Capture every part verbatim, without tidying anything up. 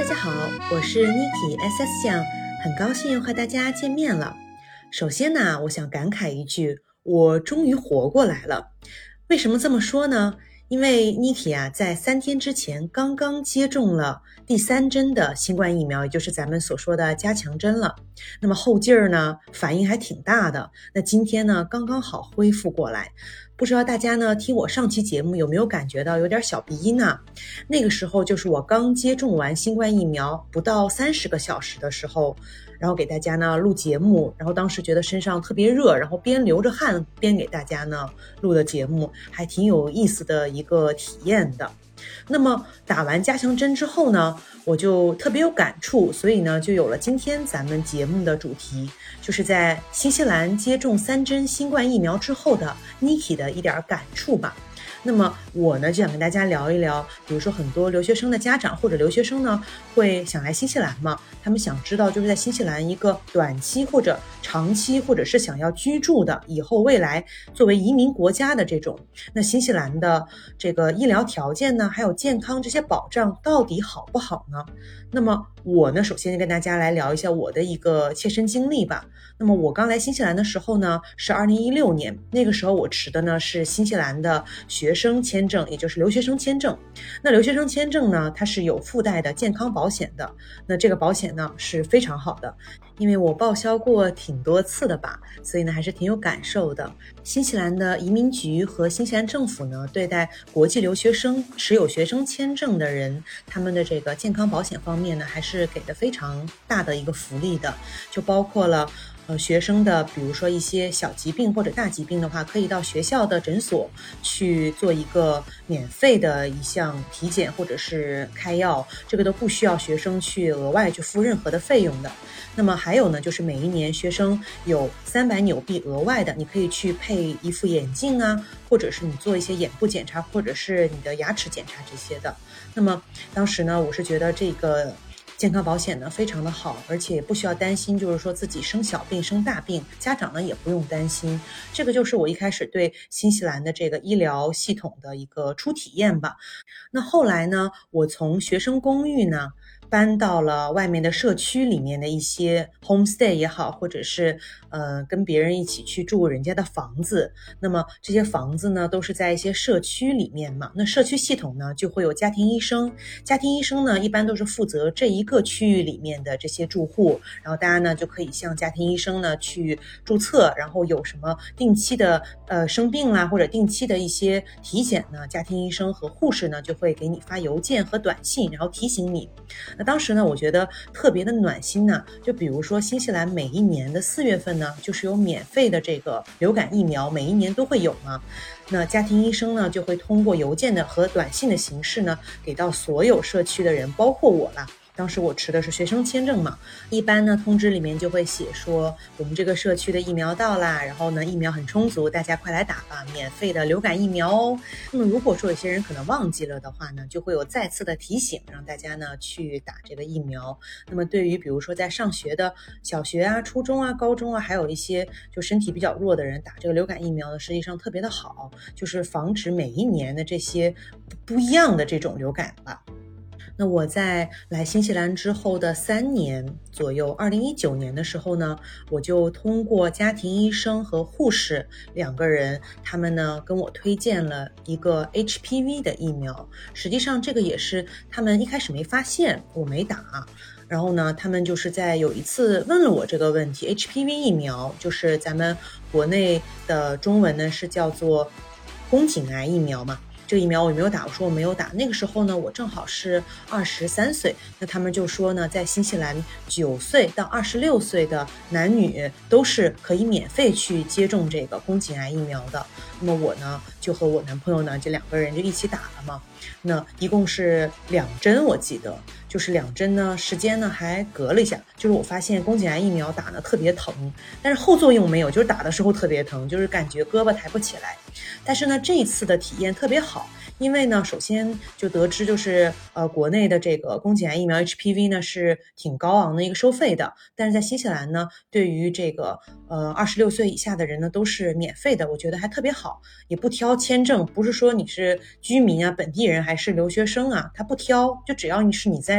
家好，我是 Niki S S 酱，很高兴又和大家见面了。首先呢，我想感慨一句，我终于活过来了。为什么这么说呢？因为 Niki 啊，在三天之前刚刚接种了第三针的新冠疫苗，也就是咱们所说的加强针了。那么后劲儿呢，反应还挺大的。那今天呢，刚刚好恢复过来。不知道大家呢，听我上期节目有没有感觉到有点小鼻音啊？那个时候就是我刚接种完新冠疫苗不到三十个小时的时候，然后给大家呢录节目，然后当时觉得身上特别热，然后边流着汗边给大家呢录的节目，还挺有意思的一个体验的。那么打完加强针之后呢，我就特别有感触，所以呢就有了今天咱们节目的主题，就是在新西兰接种三针新冠疫苗之后的 Niki 的一点感触吧。那么我呢就想跟大家聊一聊，比如说很多留学生的家长或者留学生呢会想来新西兰嘛，他们想知道就是在新西兰一个短期或者长期或者是想要居住的，以后未来作为移民国家的这种，那新西兰的这个医疗条件呢还有健康这些保障到底好不好呢？那么我呢首先跟大家来聊一下我的一个切身经历吧。那么我刚来新西兰的时候呢是二零一六年，那个时候我持的呢是新西兰的学生签证，也就是留学生签证。那留学生签证呢它是有附带的健康保险的，那这个保险呢是非常好的，因为我报销过挺多次的吧，所以呢还是挺有感受的。新西兰的移民局和新西兰政府呢对待国际留学生持有学生签证的人，他们的这个健康保险方面呢还是给的非常大的一个福利的，就包括了呃，学生的比如说一些小疾病或者大疾病的话，可以到学校的诊所去做一个免费的一项体检或者是开药，这个都不需要学生去额外去付任何的费用的。那么还有呢，就是每一年学生有三百纽币额外的，你可以去配一副眼镜啊，或者是你做一些眼部检查，或者是你的牙齿检查这些的。那么当时呢，我是觉得这个健康保险呢非常的好，而且也不需要担心就是说自己生小病生大病，家长呢也不用担心。这个就是我一开始对新西兰的这个医疗系统的一个初体验吧。那后来呢，我从学生公寓呢搬到了外面的社区里面的一些 homestay 也好，或者是呃跟别人一起去住人家的房子。那么这些房子呢都是在一些社区里面嘛，那社区系统呢就会有家庭医生，家庭医生呢一般都是负责这一个区域里面的这些住户，然后大家呢就可以向家庭医生呢去注册，然后有什么定期的呃生病啦或者定期的一些体检呢，家庭医生和护士呢就会给你发邮件和短信，然后提醒你。那当时呢我觉得特别的暖心呢，就比如说新西兰每一年的四月份呢就是有免费的这个流感疫苗，每一年都会有嘛，那家庭医生呢就会通过邮件的和短信的形式呢给到所有社区的人，包括我啦。当时我持的是学生签证嘛，一般呢通知里面就会写说我们这个社区的疫苗到啦，然后呢疫苗很充足，大家快来打吧，免费的流感疫苗哦。那么如果说有些人可能忘记了的话呢，就会有再次的提醒，让大家呢去打这个疫苗。那么对于比如说在上学的小学啊、初中啊、高中啊，还有一些就身体比较弱的人，打这个流感疫苗呢实际上特别的好，就是防止每一年的这些不一样的这种流感吧。那我在来新西兰之后的三年左右，二零一九年的时候呢，我就通过家庭医生和护士两个人，他们呢跟我推荐了一个 H P V 的疫苗。实际上这个也是他们一开始没发现我没打，然后呢他们就是在有一次问了我这个问题。 H P V 疫苗就是咱们国内的中文呢是叫做宫颈癌疫苗嘛，这个疫苗我有没有打？我说我没有打。那个时候呢，我正好是二十三岁。那他们就说呢，在新西兰九岁到二十六岁的男女都是可以免费去接种这个宫颈癌疫苗的。那么我呢，就和我男朋友呢，这两个人就一起打了嘛。那一共是两针，我记得就是两针呢，时间呢还隔了一下。就是我发现宫颈癌疫苗打呢特别疼，但是后作用没有，就是打的时候特别疼，就是感觉胳膊抬不起来。但是呢，这一次的体验特别好，因为呢，首先就得知就是呃，国内的这个宫颈癌疫苗 H P V 呢是挺高昂的一个收费的，但是在新西兰呢，对于这个呃二十六岁以下的人呢都是免费的，我觉得还特别好，也不挑签证，不是说你是居民啊、本地人还是留学生啊，他不挑，就只要你是你在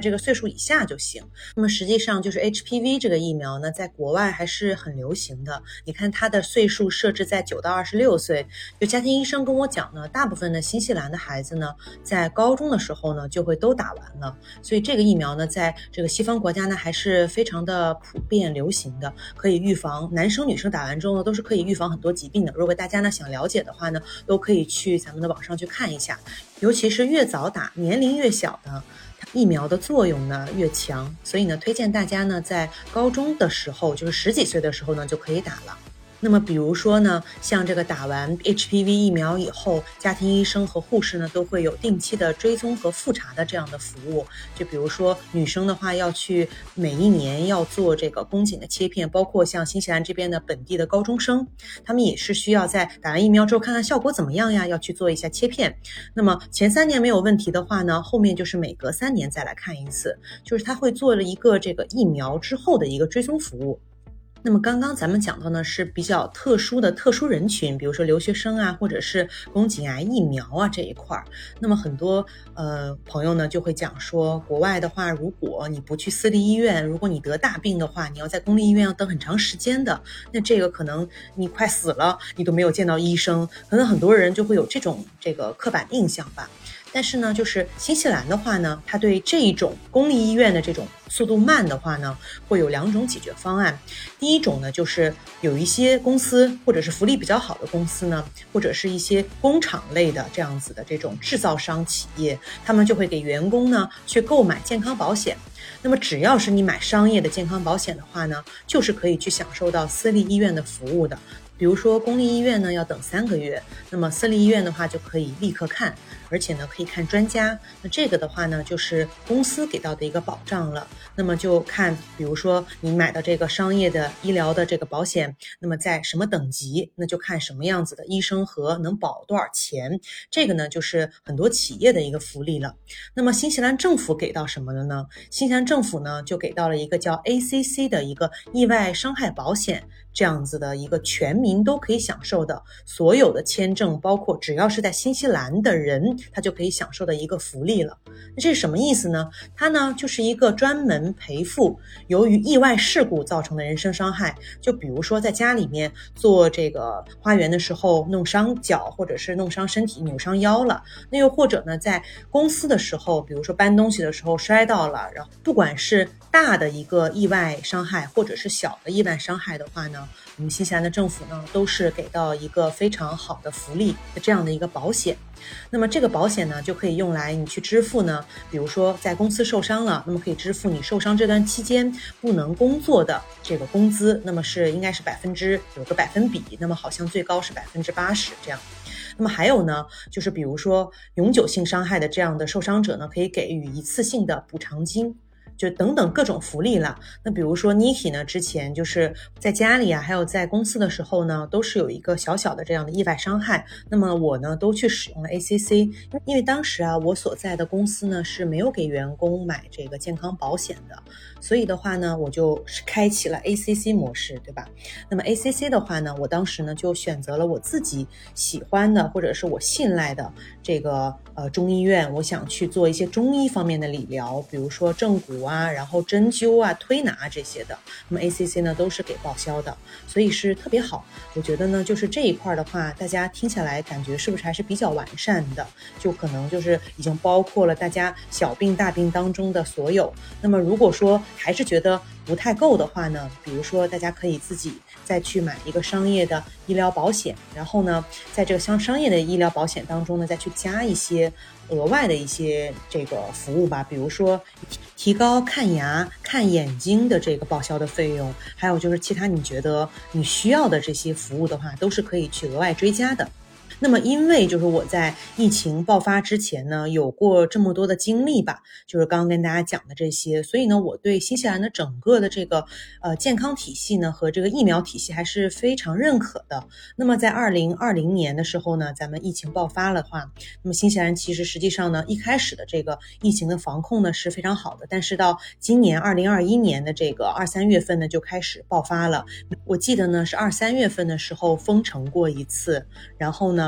这个岁数以下就行。那么实际上就是 H P V 这个疫苗呢，在国外还是很流行的。你看它的岁数设置在九到二十六岁，就家庭医生跟我讲呢，大部分的新西兰的孩子呢，在高中的时候呢就会都打完了。所以这个疫苗呢，在这个西方国家呢还是非常的普遍流行的，可以预防，男生女生打完之后呢都是可以预防很多疾病的。如果大家呢想了解的话呢，都可以去咱们的网上去看一下，尤其是越早打，年龄越小的，疫苗的作用呢越强，所以呢推荐大家呢在高中的时候，就是十几岁的时候呢就可以打了。那么比如说呢，像这个打完 H P V 疫苗以后，家庭医生和护士呢都会有定期的追踪和复查的这样的服务。就比如说女生的话，要去每一年要做这个宫颈的切片，包括像新西兰这边的本地的高中生，他们也是需要在打完疫苗之后看看效果怎么样呀，要去做一下切片。那么前三年没有问题的话呢，后面就是每隔三年再来看一次，就是他会做了一个这个疫苗之后的一个追踪服务。那么刚刚咱们讲到呢是比较特殊的特殊人群，比如说留学生啊，或者是宫颈癌疫苗啊这一块。那么很多呃朋友呢就会讲说，国外的话，如果你不去私立医院，如果你得大病的话，你要在公立医院要等很长时间的，那这个可能你快死了，你都没有见到医生，可能很多人就会有这种这个刻板印象吧。但是呢，就是新西兰的话呢，它对这种公立医院的这种速度慢的话呢，会有两种解决方案。第一种呢，就是有一些公司或者是福利比较好的公司呢，或者是一些工厂类的这样子的这种制造商企业，他们就会给员工呢去购买健康保险。那么只要是你买商业的健康保险的话呢，就是可以去享受到私立医院的服务的。比如说公立医院呢要等三个月，那么私立医院的话就可以立刻看，而且呢可以看专家。那这个的话呢就是公司给到的一个保障了。那么就看比如说你买的这个商业的医疗的这个保险，那么在什么等级，那就看什么样子的医生和能保多少钱，这个呢就是很多企业的一个福利了。那么新西兰政府给到什么了呢？新西兰政府呢就给到了一个叫 A C C 的一个意外伤害保险，这样子的一个全民都可以享受的所有的签证，包括只要是在新西兰的人，他就可以享受的一个福利了。那这是什么意思呢？它呢就是一个专门赔付由于意外事故造成的人身伤害，就比如说在家里面做这个花园的时候弄伤脚，或者是弄伤身体扭伤腰了，那又或者呢在公司的时候，比如说搬东西的时候摔到了，然后不管是大的一个意外伤害或者是小的意外伤害的话呢，我们新西兰的政府呢都是给到一个非常好的福利的这样的一个保险。那么这个保险呢就可以用来你去支付呢，比如说在公司受伤了，那么可以支付你受伤这段期间不能工作的这个工资，那么是应该是百分之有个百分比，那么好像最高是百分之八十这样。那么还有呢，就是比如说永久性伤害的这样的受伤者呢，可以给予一次性的补偿金，就等等各种福利了。那比如说 Niki 呢，之前就是在家里啊，还有在公司的时候呢，都是有一个小小的这样的意外伤害。那么我呢，都去使用了 A C C， 因为当时啊，我所在的公司呢是没有给员工买这个健康保险的，所以的话呢，我就是开启了 A C C 模式，对吧？那么 A C C 的话呢，我当时呢就选择了我自己喜欢的或者是我信赖的这个呃中医院，我想去做一些中医方面的理疗，比如说正骨啊，然后针灸啊、推拿啊这些的，那么 A C C 呢都是给报销的，所以是特别好。我觉得呢，就是这一块的话，大家听下来感觉是不是还是比较完善的？就可能就是已经包括了大家小病大病当中的所有。那么如果说还是觉得不太够的话呢，比如说大家可以自己再去买一个商业的医疗保险，然后呢，在这个商商业的医疗保险当中呢，再去加一些额外的一些这个服务吧，比如说提高看牙、看眼睛的这个报销的费用，还有就是其他你觉得你需要的这些服务的话，都是可以去额外追加的。那么因为就是我在疫情爆发之前呢，有过这么多的经历吧，就是刚刚跟大家讲的这些，所以呢，我对新西兰的整个的这个呃健康体系呢和这个疫苗体系还是非常认可的。那么在二零二零年的时候呢，咱们疫情爆发了的话，那么新西兰其实实际上呢，一开始的这个疫情的防控呢是非常好的，但是到今年二零二一年的这个二三月份呢就开始爆发了。我记得呢是二三月份的时候封城过一次，然后呢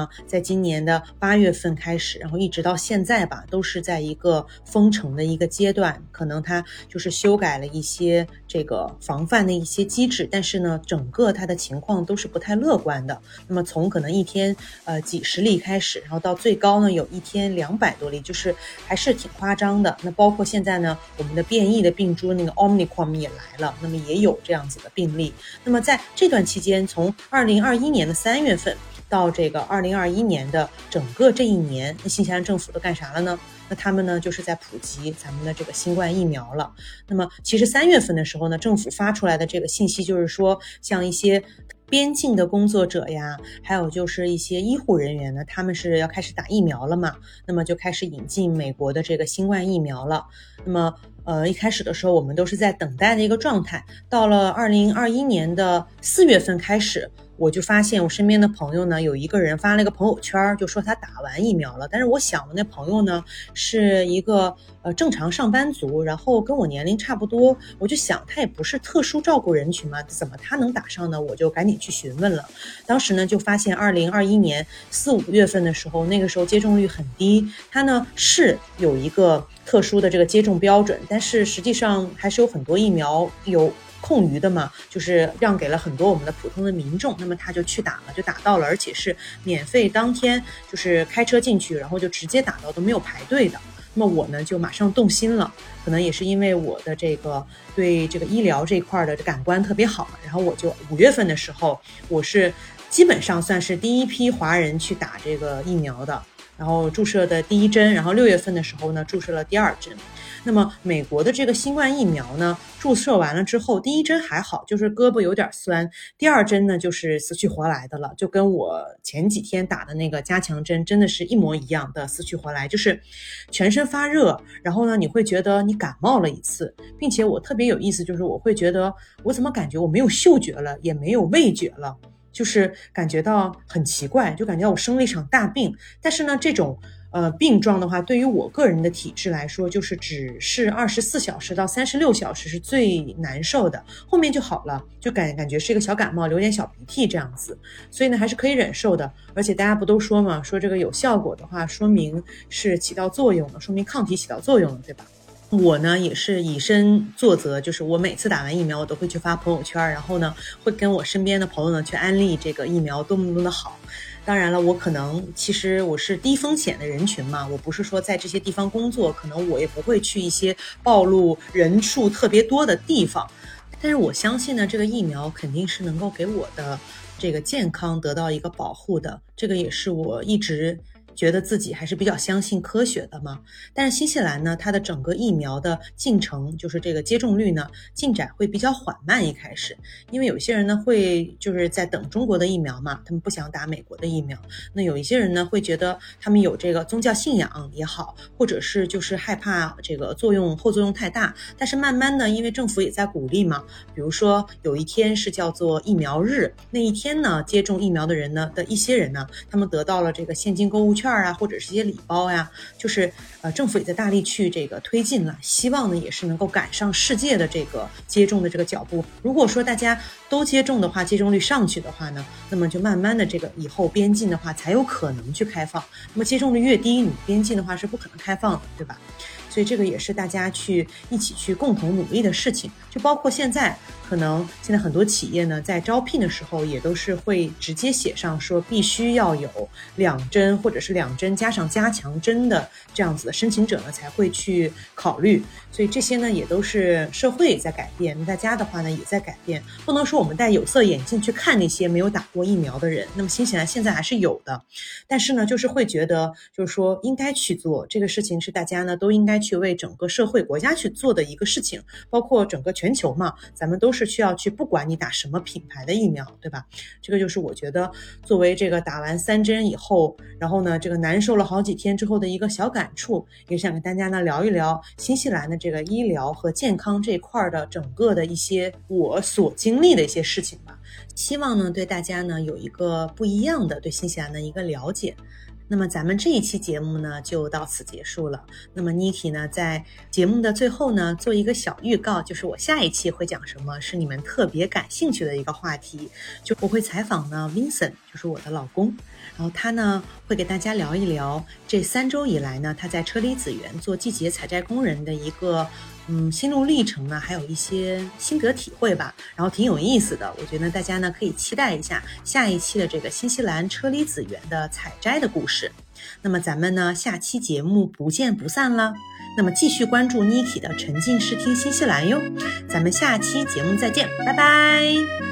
呢，在今年的八月份开始，然后一直到现在吧，都是在一个封城的一个阶段，可能它就是修改了一些这个防范的一些机制，但是呢，整个它的情况都是不太乐观的。那么从可能一天呃几十例开始，然后到最高呢有一天两百多例，就是还是挺夸张的。那包括现在呢，我们的变异的病株那个 Omicron 也来了，那么也有这样子的病例。那么在这段期间，从二零二一年的三月份到这个二零二一年的整个这一年，那新西兰政府都干啥了呢？那他们呢就是在普及咱们的这个新冠疫苗了。那么其实三月份的时候呢，政府发出来的这个信息就是说，像一些边境的工作者呀，还有就是一些医护人员呢，他们是要开始打疫苗了嘛，那么就开始引进美国的这个新冠疫苗了。那么呃，一开始的时候我们都是在等待的一个状态，到了二零二一年的四月份开始，我就发现我身边的朋友呢，有一个人发了一个朋友圈，就说他打完疫苗了。但是我想的那朋友呢，是一个呃正常上班族，然后跟我年龄差不多，我就想他也不是特殊照顾人群嘛，怎么他能打上呢？我就赶紧去询问了。当时呢，就发现二零二一年四五月份的时候，那个时候接种率很低，他呢是有一个特殊的这个接种标准，但是实际上还是有很多疫苗有空余的嘛，就是让给了很多我们的普通的民众，那么他就去打了，就打到了，而且是免费，当天就是开车进去，然后就直接打到，都没有排队的。那么我呢就马上动心了，可能也是因为我的这个对这个医疗这一块的感官特别好，然后我就五月份的时候，我是基本上算是第一批华人去打这个疫苗的，然后注射的第一针，然后六月份的时候呢注射了第二针。那么美国的这个新冠疫苗呢，注射完了之后，第一针还好，就是胳膊有点酸，第二针呢就是死去活来的了，就跟我前几天打的那个加强针真的是一模一样的死去活来，就是全身发热，然后呢你会觉得你感冒了一次，并且我特别有意思，就是我会觉得我怎么感觉我没有嗅觉了，也没有味觉了，就是感觉到很奇怪，就感觉我生了一场大病。但是呢这种呃，病状的话，对于我个人的体质来说，就是只是二十四小时到三十六小时是最难受的，后面就好了，就感感觉是一个小感冒，流点小鼻涕这样子，所以呢还是可以忍受的。而且大家不都说嘛，说这个有效果的话，说明是起到作用了，说明抗体起到作用了，对吧？我呢也是以身作则，就是我每次打完疫苗，我都会去发朋友圈，然后呢会跟我身边的朋友呢去安利这个疫苗多么多么的好。当然了，我可能其实我是低风险的人群嘛，我不是说在这些地方工作，可能我也不会去一些暴露人数特别多的地方。但是我相信呢，这个疫苗肯定是能够给我的这个健康得到一个保护的，这个也是我一直觉得自己还是比较相信科学的嘛。但是新西兰呢，它的整个疫苗的进程，就是这个接种率呢，进展会比较缓慢一开始，因为有些人呢会就是在等中国的疫苗嘛，他们不想打美国的疫苗。那有一些人呢会觉得他们有这个宗教信仰也好，或者是就是害怕这个作用后作用太大，但是慢慢的因为政府也在鼓励嘛，比如说有一天是叫做疫苗日，那一天呢接种疫苗的人呢的一些人呢，他们得到了这个现金购物券啊，或者是一些礼包呀，就是呃政府也在大力去这个推进了，希望呢也是能够赶上世界的这个接种的这个脚步。如果说大家都接种的话，接种率上去的话呢，那么就慢慢的这个以后边境的话才有可能去开放。那么接种率越低，你边境的话是不可能开放的，对吧？所以这个也是大家去一起去共同努力的事情。就包括现在可能现在很多企业呢在招聘的时候也都是会直接写上说必须要有两针或者是两针加上加强针的这样子的申请者呢才会去考虑。所以这些呢也都是社会也在改变，大家的话呢也在改变，不能说我们戴有色眼镜去看那些没有打过疫苗的人，那么新西兰现在还是有的，但是呢就是会觉得就是说应该去做这个事情，是大家呢都应该去为整个社会国家去做的一个事情，包括整个全球嘛，咱们都是需要去，不管你打什么品牌的疫苗，对吧？这个就是我觉得作为这个打完三针以后，然后呢这个难受了好几天之后的一个小感触，也想跟大家呢聊一聊新西兰的这个医疗和健康这一块的整个的一些我所经历的一些事情吧，希望呢对大家呢有一个不一样的对新西兰的一个了解。那么咱们这一期节目呢就到此结束了。那么 Niki 呢在节目的最后呢做一个小预告，就是我下一期会讲什么是你们特别感兴趣的一个话题，就我会采访呢 Vincent， 就是我的老公。 然后他呢会给大家聊一聊这三周以来呢他在车厘子园做季节采摘工人的一个嗯心路历程呢，还有一些心得体会吧，然后挺有意思的。我觉得大家呢可以期待一下下一期的这个新西兰车厘子园的采摘的故事。那么咱们呢下期节目不见不散了。那么继续关注 Niki 的沉浸式听新西兰哟，咱们下期节目再见，拜拜。